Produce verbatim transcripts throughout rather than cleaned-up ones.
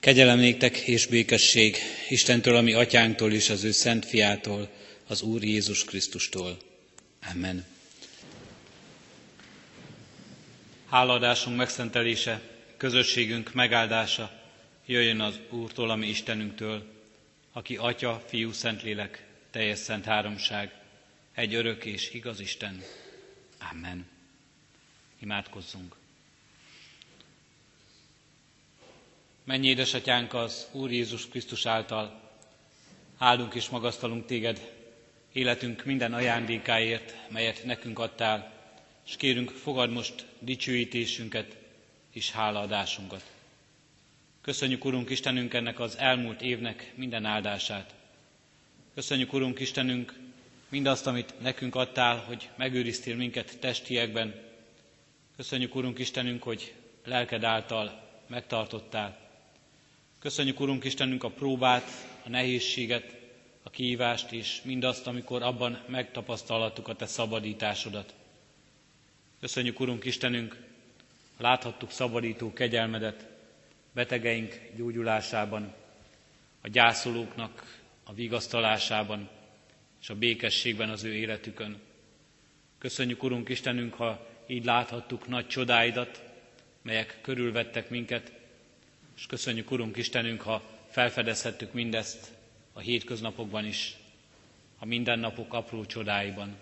Kegyelem néktek és békesség Istentől, a mi atyánktól és az ő szent fiától, az Úr Jézus Krisztustól. Amen. Hálaadásunk megszentelése, közösségünk megáldása jöjjön az Úrtól, a mi Istenünktől, aki Atya, Fiú, Szentlélek, teljes szent háromság, egy örök és igaz Isten. Amen. Imádkozzunk. Mennyi édesatyánk, az Úr Jézus Krisztus által áldunk és magasztalunk téged életünk minden ajándékáért, melyet nekünk adtál, és kérünk, fogadd most dicsőítésünket és hálaadásunkat. Köszönjük, Urunk Istenünk, ennek az elmúlt évnek minden áldását. Köszönjük, Urunk Istenünk, mindazt, amit nekünk adtál, hogy megőriztél minket testiekben. Köszönjük, Urunk Istenünk, hogy lelked által megtartottál. Köszönjük, Urunk Istenünk, a próbát, a nehézséget, a kihívást és mindazt, amikor abban megtapasztalhattuk a te szabadításodat. Köszönjük, Urunk Istenünk, láthattuk szabadító kegyelmedet betegeink gyógyulásában, a gyászolóknak a vigasztalásában és a békességben az ő életükön. Köszönjük, Urunk Istenünk, ha így láthattuk nagy csodáidat, melyek körülvettek minket, és köszönjük, Urunk Istenünk, ha felfedezhettük mindezt a hétköznapokban is, a mindennapok apró csodáiban.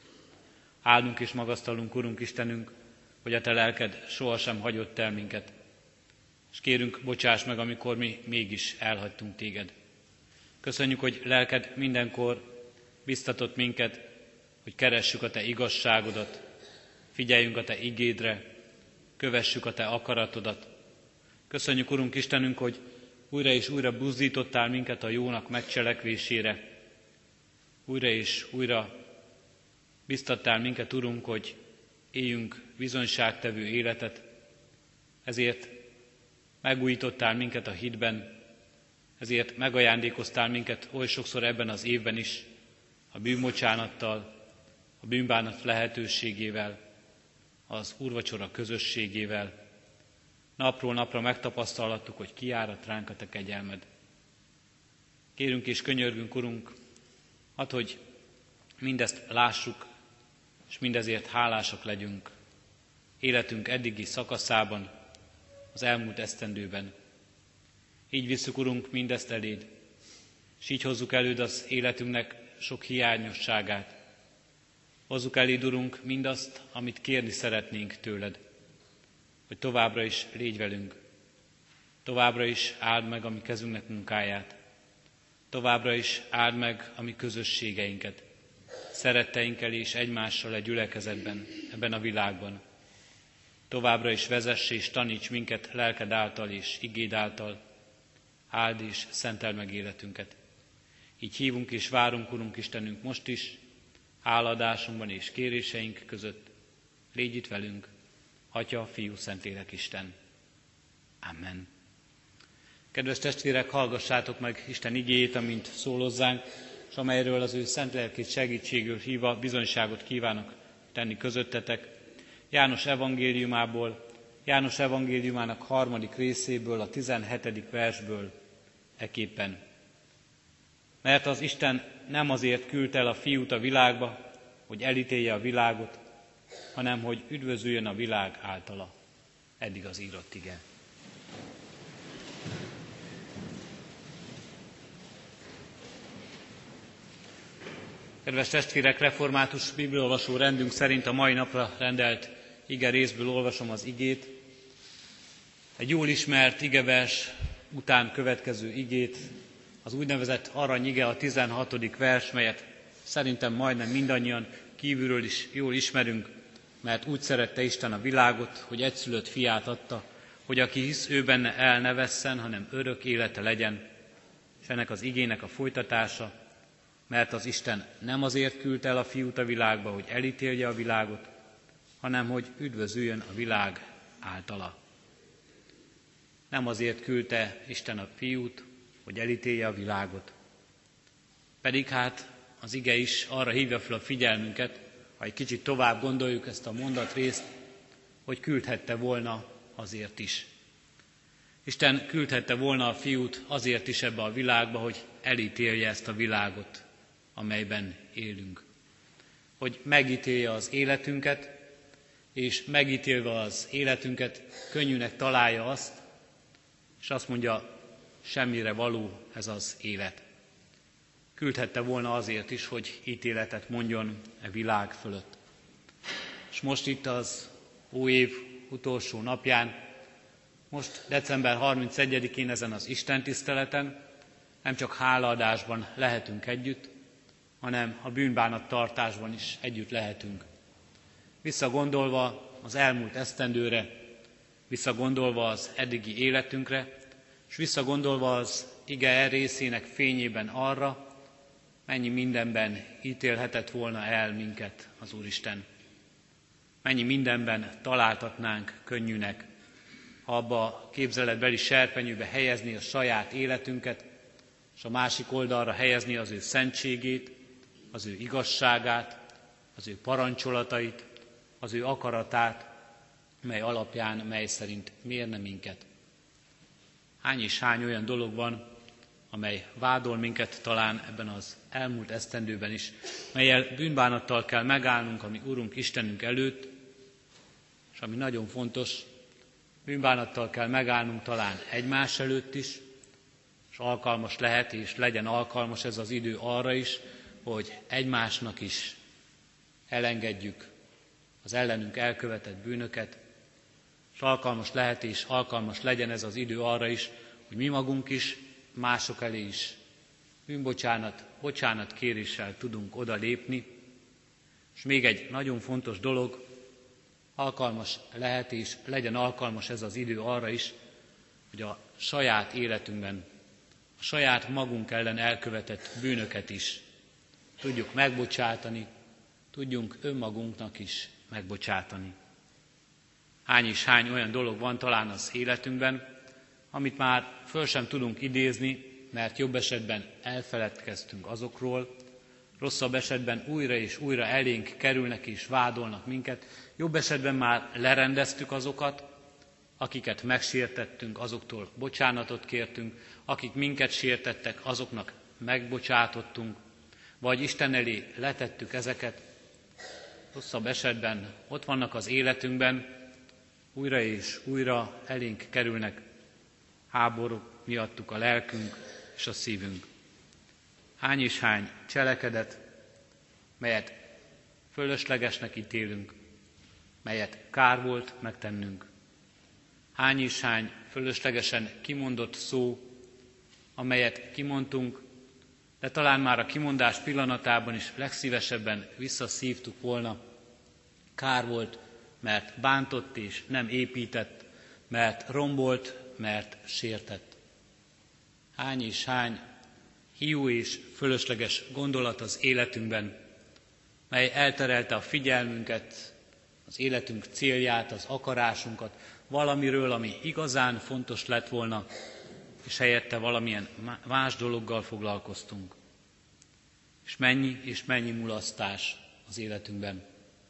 Áldunk és magasztalunk, Urunk Istenünk, hogy a te lelked sohasem hagyott el minket, és kérünk, bocsáss meg, amikor mi mégis elhagytunk téged. Köszönjük, hogy lelked mindenkor biztatott minket, hogy keressük a te igazságodat, figyeljünk a te igédre, kövessük a te akaratodat. Köszönjük, Urunk Istenünk, hogy újra és újra buzdítottál minket a jónak megcselekvésére. Újra és újra biztattál minket, Urunk, hogy éljünk bizonyságtevő életet. Ezért megújítottál minket a hitben, ezért megajándékoztál minket oly sokszor ebben az évben is a bűnbocsánattal, a bűnbánat lehetőségével, az úrvacsora közösségével. Napról napra megtapasztalhattuk, hogy kiárat ránk a te kegyelmed. Kérünk és könyörgünk, Urunk, add, hogy mindezt lássuk, és mindezért hálásak legyünk életünk eddigi szakaszában, az elmúlt esztendőben. Így visszük, Urunk, mindezt eléd, és így hozzuk előd az életünknek sok hiányosságát. Hozzuk eléd, Urunk, mindazt, amit kérni szeretnénk tőled, hogy továbbra is légy velünk, továbbra is áld meg a mi kezünknek munkáját, továbbra is áld meg a mi közösségeinket, szeretteinkkel és egymással egy gyülekezetben, ebben a világban. Továbbra is vezess és taníts minket lelked által és igéd által, áld és szenteld meg életünket. Így hívunk és várunk, Urunk Istenünk, most is, háladásunkban és kéréseink között. Légy itt velünk, Atya, Fiú, Szentlélek, Isten. Amen. Kedves testvérek, hallgassátok meg Isten igéjét, amint szól hozzánk, és amelyről az ő szent lelkét segítségül hívva bizonyságot kívánok tenni közöttetek. János evangéliumából, János evangéliumának harmadik részéből, a tizenhetedik versből eképpen. Mert az Isten nem azért küldte el a Fiút a világba, hogy elítélje a világot, hanem hogy üdvözüljön a világ általa. Eddig az írott ige. Kedves testvérek, református bibliaolvasó rendünk szerint a mai napra rendelt ige részből olvasom az igét. Egy jól ismert igevers után következő igét, az úgynevezett aranyige, a tizenhatodik vers, melyet szerintem majdnem mindannyian kívülről is jól ismerünk, mert úgy szerette Isten a világot, hogy egyszülött fiát adta, hogy aki hisz ő benne el ne vesszen, hanem örök élete legyen. És ennek az igének a folytatása, mert az Isten nem azért küldte el a fiút a világba, hogy elítélje a világot, hanem hogy üdvözüljön a világ általa. Nem azért küldte Isten a fiút, hogy elítélje a világot. Pedig hát az ige is arra hívja fel a figyelmünket, ha egy kicsit tovább gondoljuk ezt a mondatrészt, hogy küldhette volna azért is. Isten küldhette volna a fiút azért is ebbe a világba, hogy elítélje ezt a világot, amelyben élünk. Hogy megítélje az életünket, és megítélve az életünket könnyűnek találja azt, és azt mondja, semmire való ez az élet. Küldhette volna azért is, hogy ítéletet mondjon e világ fölött. És most itt az új év utolsó napján, most december harmincegyedikén ezen az istentiszteleten nem csak hálaadásban lehetünk együtt, hanem a bűnbánat tartásban is együtt lehetünk. Visszagondolva az elmúlt esztendőre, visszagondolva az eddigi életünkre, és visszagondolva az ige e részének fényében arra, mennyi mindenben ítélhetett volna el minket az Úristen. Mennyi mindenben találtatnánk könnyűnek, ha abba a képzeletbeli serpenyőbe helyezni a saját életünket, és a másik oldalra helyezni az ő szentségét, az ő igazságát, az ő parancsolatait, az ő akaratát, mely alapján, mely szerint mérne minket. Hány és hány olyan dolog van, amely vádol minket talán ebben az elmúlt esztendőben is, mellyel bűnbánattal kell megállnunk a mi Urunk Istenünk előtt, és ami nagyon fontos, bűnbánattal kell megállnunk talán egymás előtt is, és alkalmas lehet, és legyen alkalmas ez az idő arra is, hogy egymásnak is elengedjük az ellenünk elkövetett bűnöket, és alkalmas lehet, és alkalmas legyen ez az idő arra is, hogy mi magunk is, mások elé is bűnbocsánat, bocsánat kéréssel tudunk oda lépni. És még egy nagyon fontos dolog, alkalmas lehet, és legyen alkalmas ez az idő arra is, hogy a saját életünkben, a saját magunk ellen elkövetett bűnöket is tudjuk megbocsátani, tudjunk önmagunknak is megbocsátani. Hány és hány olyan dolog van talán az életünkben, amit már föl sem tudunk idézni, mert jobb esetben elfeledkeztünk azokról, rosszabb esetben újra és újra elénk kerülnek és vádolnak minket, jobb esetben már lerendeztük azokat, akiket megsértettünk, azoktól bocsánatot kértünk, akik minket sértettek, azoknak megbocsátottunk, vagy Isten elé letettük ezeket, rosszabb esetben ott vannak az életünkben, újra és újra elénk kerülnek, háborúk miattuk a lelkünk és a szívünk. Hány és hány cselekedet, melyet fölöslegesnek ítélünk, melyet kár volt megtennünk. Hány és hány fölöslegesen kimondott szó, amelyet kimondtunk, de talán már a kimondás pillanatában is legszívesebben visszaszívtuk volna. Kár volt, mert bántott és nem épített, mert rombolt, mert sértett. Hány és hány hiú és fölösleges gondolat az életünkben, mely elterelte a figyelmünket, az életünk célját, az akarásunkat valamiről, ami igazán fontos lett volna, és helyette valamilyen más dologgal foglalkoztunk. És mennyi és mennyi mulasztás az életünkben.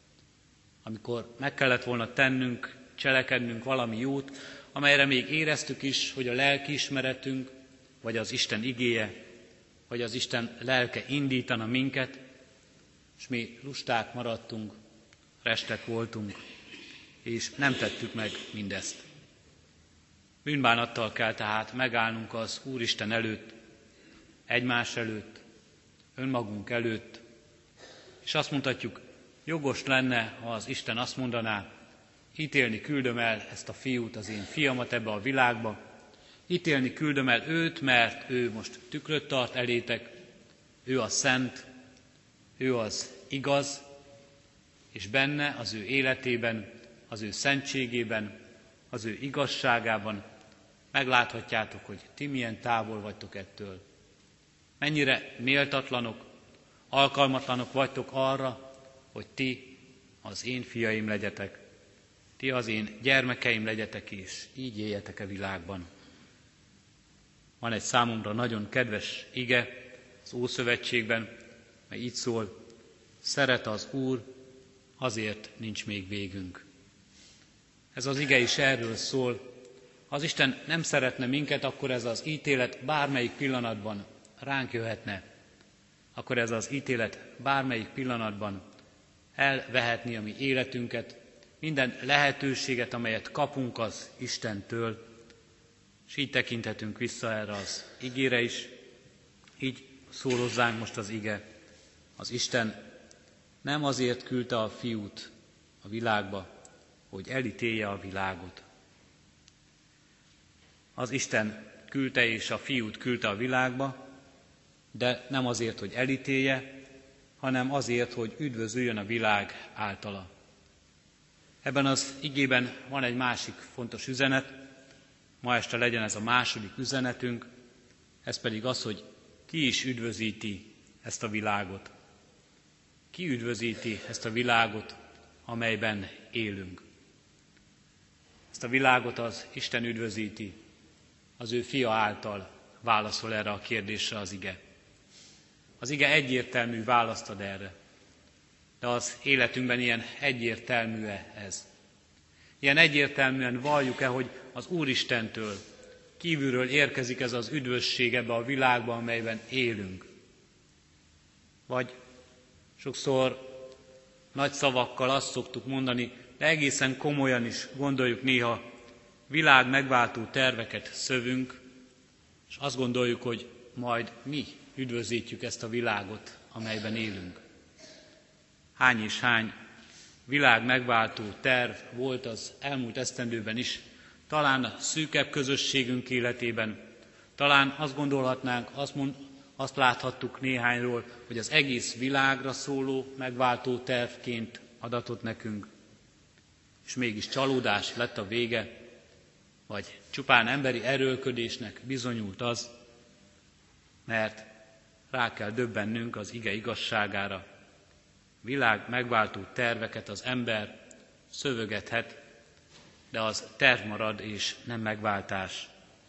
Amikor meg kellett volna tennünk, cselekednünk valami jót, amelyre még éreztük is, hogy a lelkiismeretünk, vagy az Isten igéje, vagy az Isten lelke indítana minket, és mi lusták maradtunk, restek voltunk, és nem tettük meg mindezt. Bűnbánattal kell tehát megállnunk az Úristen előtt, egymás előtt, önmagunk előtt, és azt mondhatjuk, jogos lenne, ha az Isten azt mondaná, ítélni küldöm el ezt a fiút, az én fiamat ebbe a világba, ítélni küldöm el őt, mert ő most tükröt tart elétek, ő a szent, ő az igaz, és benne, az ő életében, az ő szentségében, az ő igazságában megláthatjátok, hogy ti milyen távol vagytok ettől. Mennyire méltatlanok, alkalmatlanok vagytok arra, hogy ti az én fiaim legyetek, ti az én gyermekeim legyetek, és így éljetek a világban. Van egy számomra nagyon kedves ige az Ószövetségben, mely így szól, szeret az Úr, azért nincs még végünk. Ez az ige is erről szól, Ha az Isten nem szeretne minket, akkor ez az ítélet bármelyik pillanatban ránk jöhetne. Akkor ez az ítélet bármelyik pillanatban elvehetni a mi életünket, minden lehetőséget, amelyet kapunk az Istentől, és így tekinthetünk vissza erre az igére is, így szól hozzánk most az ige. Az Isten nem azért küldte a fiút a világba, hogy elítélje a világot. Az Isten küldte és a fiút küldte a világba, de nem azért, hogy elítélje, hanem azért, hogy üdvözüljön a világ általa. Ebben az igében van egy másik fontos üzenet, ma este legyen ez a második üzenetünk, ez pedig az, hogy ki is üdvözíti ezt a világot. Ki üdvözíti ezt a világot, amelyben élünk. Ezt a világot az Isten üdvözíti, az ő fia által válaszol erre a kérdésre az ige. Az ige egyértelmű választ ad erre, de az életünkben ilyen egyértelmű-e ez? Ilyen egyértelműen valljuk-e, hogy az Úristentől kívülről érkezik ez az üdvösség ebbe a világba, amelyben élünk? Vagy sokszor nagy szavakkal azt szoktuk mondani, de egészen komolyan is gondoljuk néha, világ megváltó terveket szövünk, és azt gondoljuk, hogy majd mi üdvözítjük ezt a világot, amelyben élünk. Hány és hány világ megváltó terv volt az elmúlt esztendőben is, talán a szűkebb közösségünk életében, talán azt gondolhatnánk, azt, mond, azt láthattuk néhányról, hogy az egész világra szóló megváltó tervként adatott nekünk, és mégis csalódás lett a vége, vagy csupán emberi erőlködésnek bizonyult az, mert rá kell döbbennünk az ige igazságára. Világ megváltó terveket az ember szövögethet, de az terv marad és nem megváltás.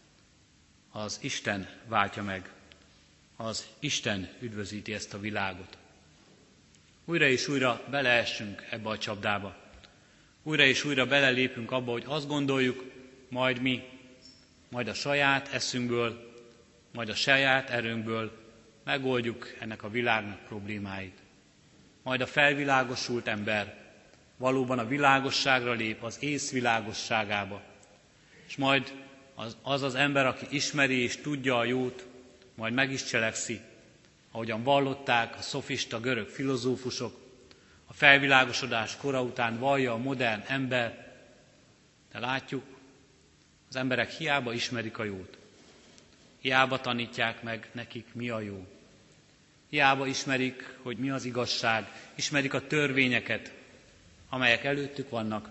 Az Isten váltja meg, az Isten üdvözíti ezt a világot. Újra és újra beleessünk ebbe a csapdába. Újra és újra belelépünk abba, hogy azt gondoljuk, majd mi, majd a saját eszünkből, majd a saját erőnkből megoldjuk ennek a világnak problémáit. Majd a felvilágosult ember valóban a világosságra lép, az ész világosságába. És majd az, az az ember, aki ismeri és tudja a jót, majd meg is cselekszi, ahogyan vallották a szofista görög filozófusok, a felvilágosodás kora után vallja a modern ember, de látjuk, az emberek hiába ismerik a jót, hiába tanítják meg nekik, mi a jó. Hiába ismerik, hogy mi az igazság, ismerik a törvényeket, amelyek előttük vannak.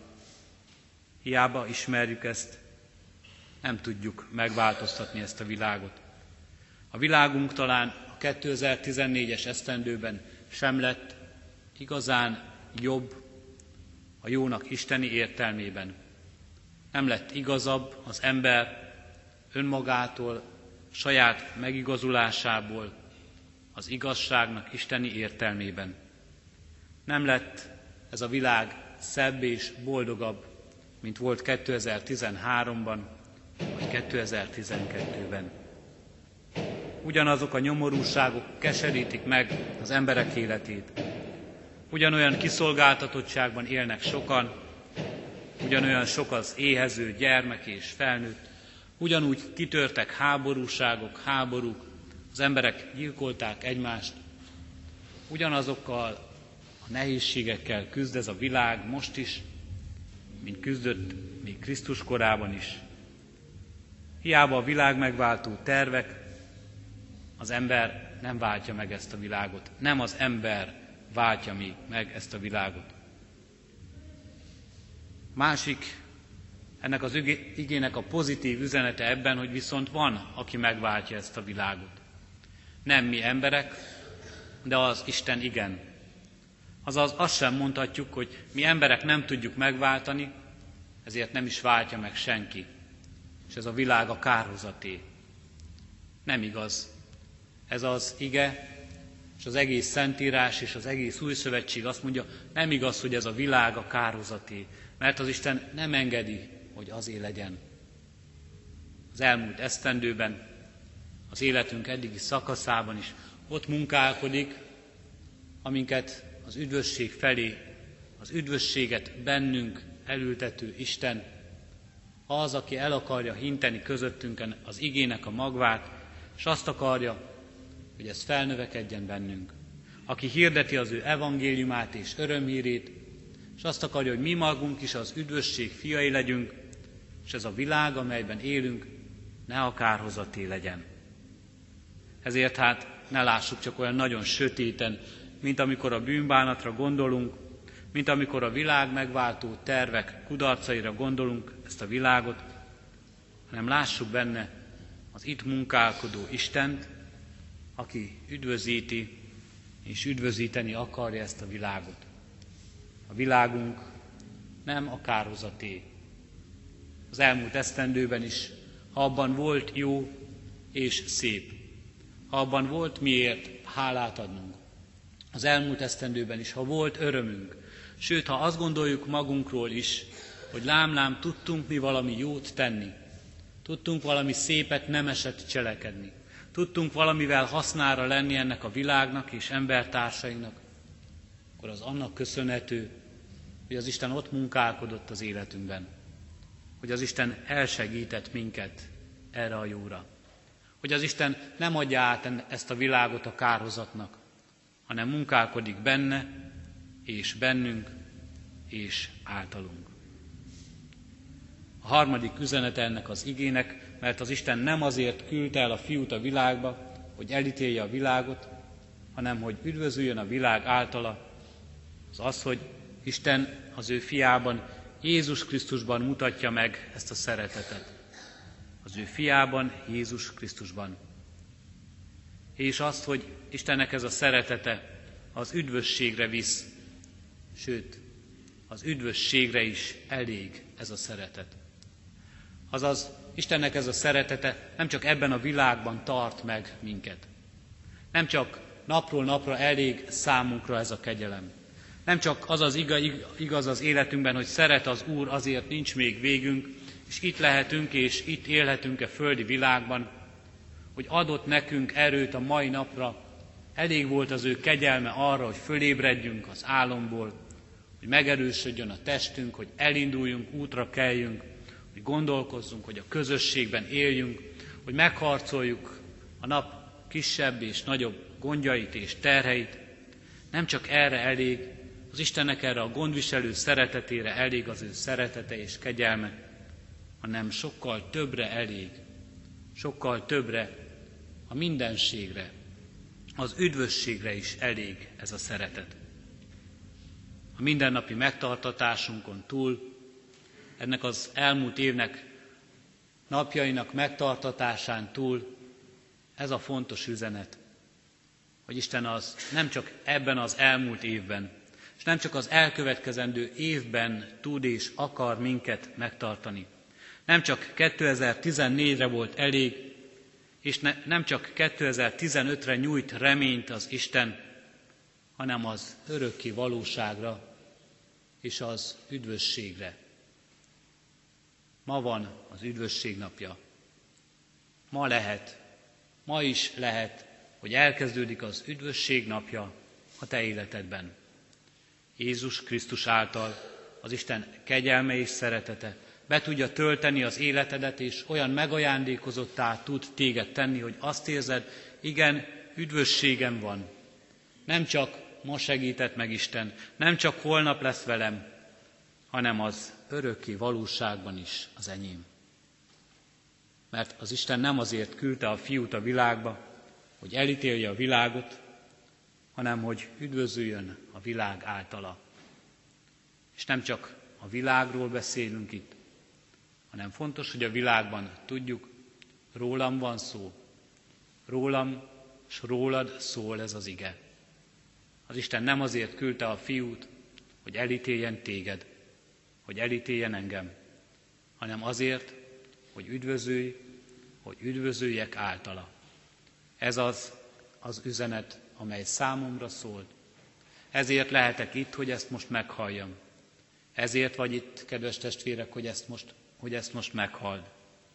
Hiába ismerjük ezt, nem tudjuk megváltoztatni ezt a világot. A világunk talán a kétezer-tizennégyes esztendőben sem lett igazán jobb a jónak isteni értelmében. Nem lett igazabb az ember önmagától, saját megigazulásából, az igazságnak isteni értelmében. Nem lett ez a világ szebb és boldogabb, mint volt kétezer-tizenháromban vagy kétezer-tizenkettőben. Ugyanazok a nyomorúságok keserítik meg az emberek életét. Ugyanolyan kiszolgáltatottságban élnek sokan, ugyanolyan sok az éhező gyermek és felnőtt, ugyanúgy kitörtek háborúságok, háborúk, az emberek gyilkolták egymást, ugyanazokkal a nehézségekkel küzd ez a világ most is, mint küzdött még Krisztus korában is. Hiába a világ megváltó tervek, az ember nem váltja meg ezt a világot. Nem az ember váltja még meg ezt a világot. Másik, ennek az igének a pozitív üzenete ebben, hogy viszont van, aki megváltja ezt a világot. Nem mi emberek, de az Isten igen. Azaz azt sem mondhatjuk, hogy mi emberek nem tudjuk megváltani, ezért nem is váltja meg senki. És ez a világ a kárhozaté. Nem igaz. Ez az ige, és az egész Szentírás, és az egész Új Szövetség azt mondja, nem igaz, hogy ez a világ a kárhozaté, mert az Isten nem engedi, hogy azé legyen. az elmúlt esztendőben, az életünk eddigi szakaszában is ott munkálkodik, aminket az üdvösség felé, az üdvösséget bennünk elültető Isten, az, aki el akarja hinteni közöttünken az igének a magvát, és azt akarja, hogy ez felnövekedjen bennünk. Aki hirdeti az ő evangéliumát és örömhírét, és azt akarja, hogy mi magunk is az üdvösség fiai legyünk, és ez a világ, amelyben élünk, ne a kárhozaté legyen. Ezért hát ne lássuk csak olyan nagyon sötéten, mint amikor a bűnbánatra gondolunk, mint amikor a világ megváltó tervek kudarcaira gondolunk, ezt a világot, hanem lássuk benne az itt munkálkodó Istent, aki üdvözíti és üdvözíteni akarja ezt a világot. A világunk nem a kárhozaté. Az elmúlt esztendőben is, ha abban volt jó és szép, ha abban volt miért hálát adnunk, az elmúlt esztendőben is, ha volt örömünk, sőt, ha azt gondoljuk magunkról is, hogy lám-lám tudtunk mi valami jót tenni, tudtunk valami szépet, nemeset cselekedni, tudtunk valamivel hasznára lenni ennek a világnak és embertársainknak, akkor az annak köszönhető, hogy az Isten ott munkálkodott az életünkben, hogy az Isten elsegített minket erre a jóra, hogy az Isten nem adja át ezt a világot a kárhozatnak, hanem munkálkodik benne és bennünk és általunk. A harmadik üzenete ennek az igének, mert az Isten nem azért küldte el a fiút a világba, hogy elítélje a világot, hanem hogy üdvözüljön a világ általa, az az, hogy Isten az ő fiában, Jézus Krisztusban mutatja meg ezt a szeretetet. Az ő fiában, Jézus Krisztusban. És azt, hogy Istennek ez a szeretete az üdvösségre visz, sőt, az üdvösségre is elég ez a szeretet. Azaz, Istennek ez a szeretete nem csak ebben a világban tart meg minket. Nem csak napról napra elég számunkra ez a kegyelem. Nem csak az az igaz az életünkben, hogy szeret az Úr, azért nincs még végünk, és itt lehetünk, és itt élhetünk a földi világban, hogy adott nekünk erőt a mai napra, elég volt az ő kegyelme arra, hogy fölébredjünk az álomból, hogy megerősödjön a testünk, hogy elinduljunk, útra keljünk, hogy gondolkozzunk, hogy a közösségben éljünk, hogy megharcoljuk a nap kisebb és nagyobb gondjait és terheit. Nem csak erre elég, az Istennek erre a gondviselő szeretetére elég az ő szeretete és kegyelme, hanem sokkal többre elég, sokkal többre, a mindenségre, az üdvösségre is elég ez a szeretet. A mindennapi megtartatásunkon túl, ennek az elmúlt évnek, napjainak megtartatásán túl ez a fontos üzenet, hogy Isten az nem csak ebben az elmúlt évben, és nem csak az elkövetkezendő évben tud és akar minket megtartani. Nem csak kétezer-tizennégyre volt elég, és ne, nem csak kétezer-tizenötre nyújt reményt az Isten, hanem az örökké valóságra és az üdvösségre. Ma van az üdvösség napja. Ma lehet, ma is lehet, hogy elkezdődik az üdvösség napja a te életedben. Jézus Krisztus által az Isten kegyelme és szeretete be tudja tölteni az életedet, és olyan megajándékozottá tud téged tenni, hogy azt érzed, igen, üdvösségem van. Nem csak ma segített meg Isten, nem csak holnap lesz velem, hanem az örökké valóságban is az enyém. Mert az Isten nem azért küldte a fiút a világba, hogy elítélje a világot, hanem hogy üdvözüljön a világ általa. És nem csak a világról beszélünk itt, hanem fontos, hogy a világban tudjuk, rólam van szó. Rólam és rólad szól ez az ige. Az Isten nem azért küldte a fiút, hogy elítéljen téged, hogy elítéljen engem, hanem azért, hogy üdvözülj, hogy üdvözüljek általa. Ez az az üzenet, amely számomra szólt. Ezért lehetek itt, hogy ezt most meghalljam. Ezért vagy itt, kedves testvérek, hogy ezt most, hogy ezt most meghalld.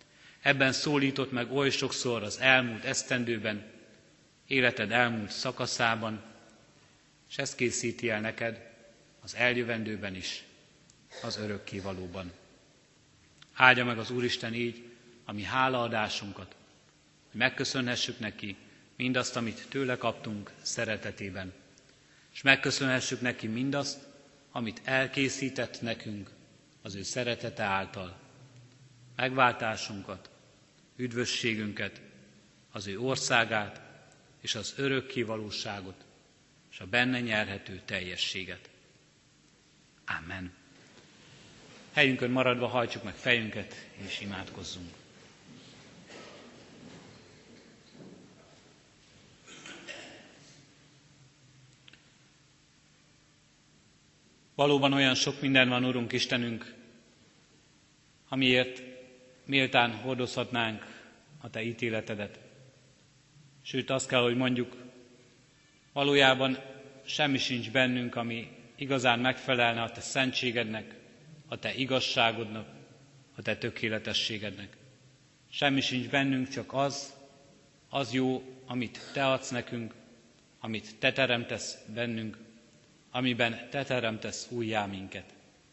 Ebben szólított meg oly sokszor az elmúlt esztendőben, életed elmúlt szakaszában, és ez készíti el neked az eljövendőben is, az örökkévalóban. Áldja meg az Úristen így a mi hálaadásunkat, hogy megköszönhessük neki mindazt, amit tőle kaptunk szeretetében, és megköszönhessük neki mindazt, amit elkészített nekünk az ő szeretete által. Megváltásunkat, üdvösségünket, az ő országát és az örökkévalóságot, és a benne nyerhető teljességet. Amen. Helyünkön maradva hajtsuk meg fejünket, és imádkozzunk. Valóban olyan sok minden van, Urunk Istenünk, amiért méltán hordozhatnánk a Te ítéletedet. Sőt, azt kell, hogy mondjuk, valójában semmi sincs bennünk, ami igazán megfelelne a Te szentségednek, a Te igazságodnak, a Te tökéletességednek. Semmi sincs bennünk, csak az, az jó, amit Te adsz nekünk, amit Te teremtesz bennünk, amiben Te teremtesz újjá minket.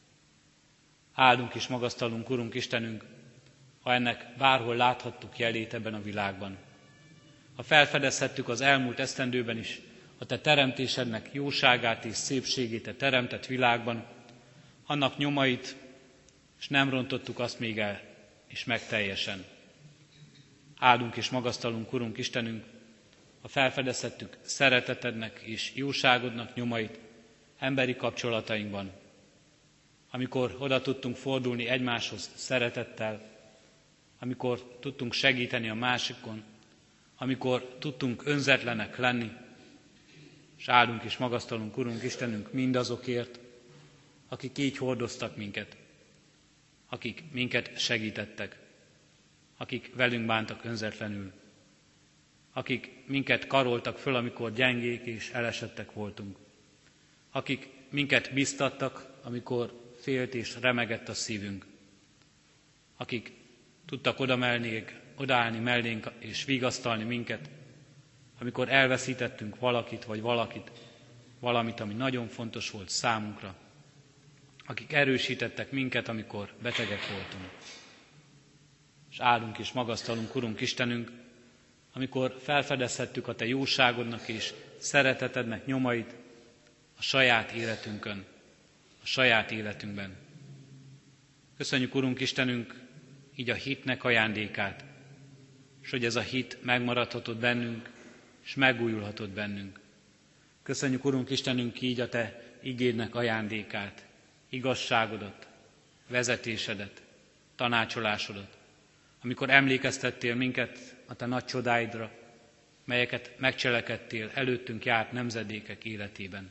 Áldunk és magasztalunk, Urunk Istenünk, ha ennek bárhol láthattuk jelét ebben a világban. Ha felfedezhettük az elmúlt esztendőben is a Te teremtésednek jóságát és szépségét a teremtett világban, annak nyomait, és nem rontottuk azt még el, és meg teljesen. Áldunk és magasztalunk, Urunk Istenünk, ha felfedezhettük szeretetednek és jóságodnak nyomait emberi kapcsolatainkban, amikor oda tudtunk fordulni egymáshoz szeretettel, amikor tudtunk segíteni a másikon, amikor tudtunk önzetlenek lenni, és áldunk és magasztalunk, Urunk Istenünk, mindazokért, akik így hordoztak minket, akik minket segítettek, akik velünk bántak önzetlenül, akik minket karoltak föl, amikor gyengék és elesettek voltunk, akik minket biztattak, amikor félt és remegett a szívünk, akik tudtak odamelnék, odaállni mellénk és vigasztalni minket, amikor elveszítettünk valakit vagy valakit, valamit, ami nagyon fontos volt számunkra, akik erősítettek minket, amikor betegek voltunk. És áldunk és magasztalunk, Urunk Istenünk, amikor felfedezhettük a Te jóságodnak és szeretetednek nyomait a saját életünkön, a saját életünkben. Köszönjük, Urunk Istenünk, így a hitnek ajándékát, és hogy ez a hit megmaradhatott bennünk, és megújulhatott bennünk. Köszönjük, Urunk Istenünk, így a Te igédnek ajándékát, igazságodat, vezetésedet, tanácsolásodat, amikor emlékeztettél minket a Te nagy csodáidra, melyeket megcselekedtél előttünk járt nemzedékek életében.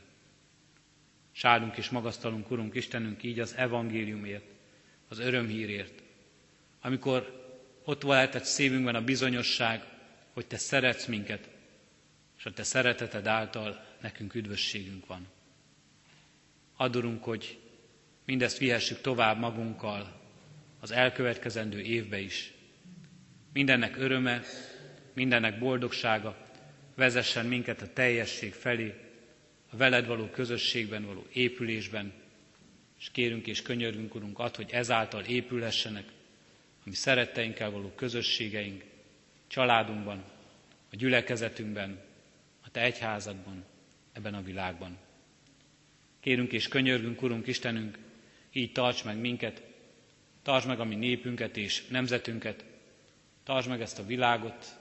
S áldunk és magasztalunk, Urunk Istenünk, így az evangéliumért, az örömhírért, amikor ott lehetett szívünkben a bizonyosság, hogy Te szeretsz minket, és a Te szereteted által nekünk üdvösségünk van. Add, Urunk, hogy mindezt vihessük tovább magunkkal az elkövetkezendő évbe is. Mindennek öröme, mindennek boldogsága vezessen minket a teljesség felé, a veled való közösségben való épülésben, és kérünk és könyörgünk, Urunk, add, hogy ezáltal épülhessenek a mi szeretteinkkel való közösségeink, családunkban, a gyülekezetünkben, a Te egyházadban, ebben a világban. Kérünk és könyörgünk, Urunk Istenünk, így tarts meg minket, tartsd meg a mi népünket és nemzetünket, tartsd meg ezt a világot,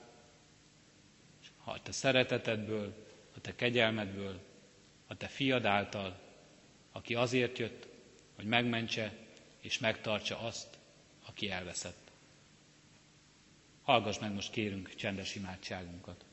ha a Te szeretetedből, a Te kegyelmedből, a Te fiad által, aki azért jött, hogy megmentse és megtartsa azt, aki elveszett. Hallgass meg most, kérünk, csendes imádságunkat.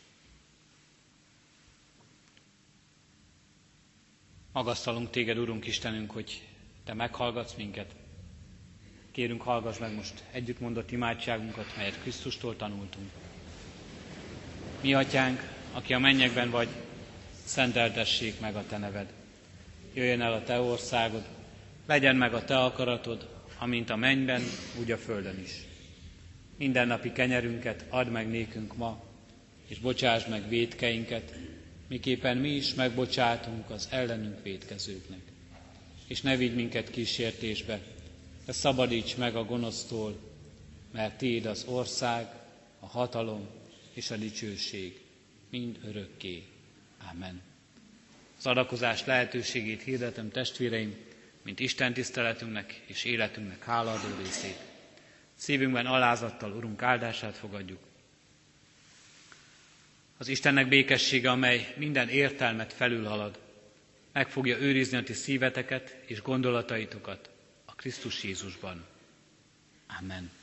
Magasztalunk Téged, Urunk Istenünk, hogy Te meghallgatsz minket. Kérünk, hallgass meg most együttmondott imádságunkat, melyet Krisztustól tanultunk. Mi Atyánk, aki a mennyekben vagy, szenteltessék meg a Te neved. Jöjjön el a Te országod, legyen meg a Te akaratod, amint a mennyben, úgy a földön is. mindennapi kenyerünket add meg nékünk ma, és bocsásd meg vétkeinket, miképpen mi is megbocsátunk az ellenünk vétkezőknek. És ne vigy minket kísértésbe, de szabadíts meg a gonosztól, mert tiéd az ország, a hatalom és a dicsőség mind örökké. Amen. Az adakozás lehetőségét hirdetem, testvéreim, mint Isten tiszteletünknek és életünknek hálaadó részét. Szívünkben alázattal Urunk áldását fogadjuk. Az Istennek békessége, amely minden értelmet felülhalad, meg fogja őrizni a ti szíveteket és gondolataitokat a Krisztus Jézusban. Amen.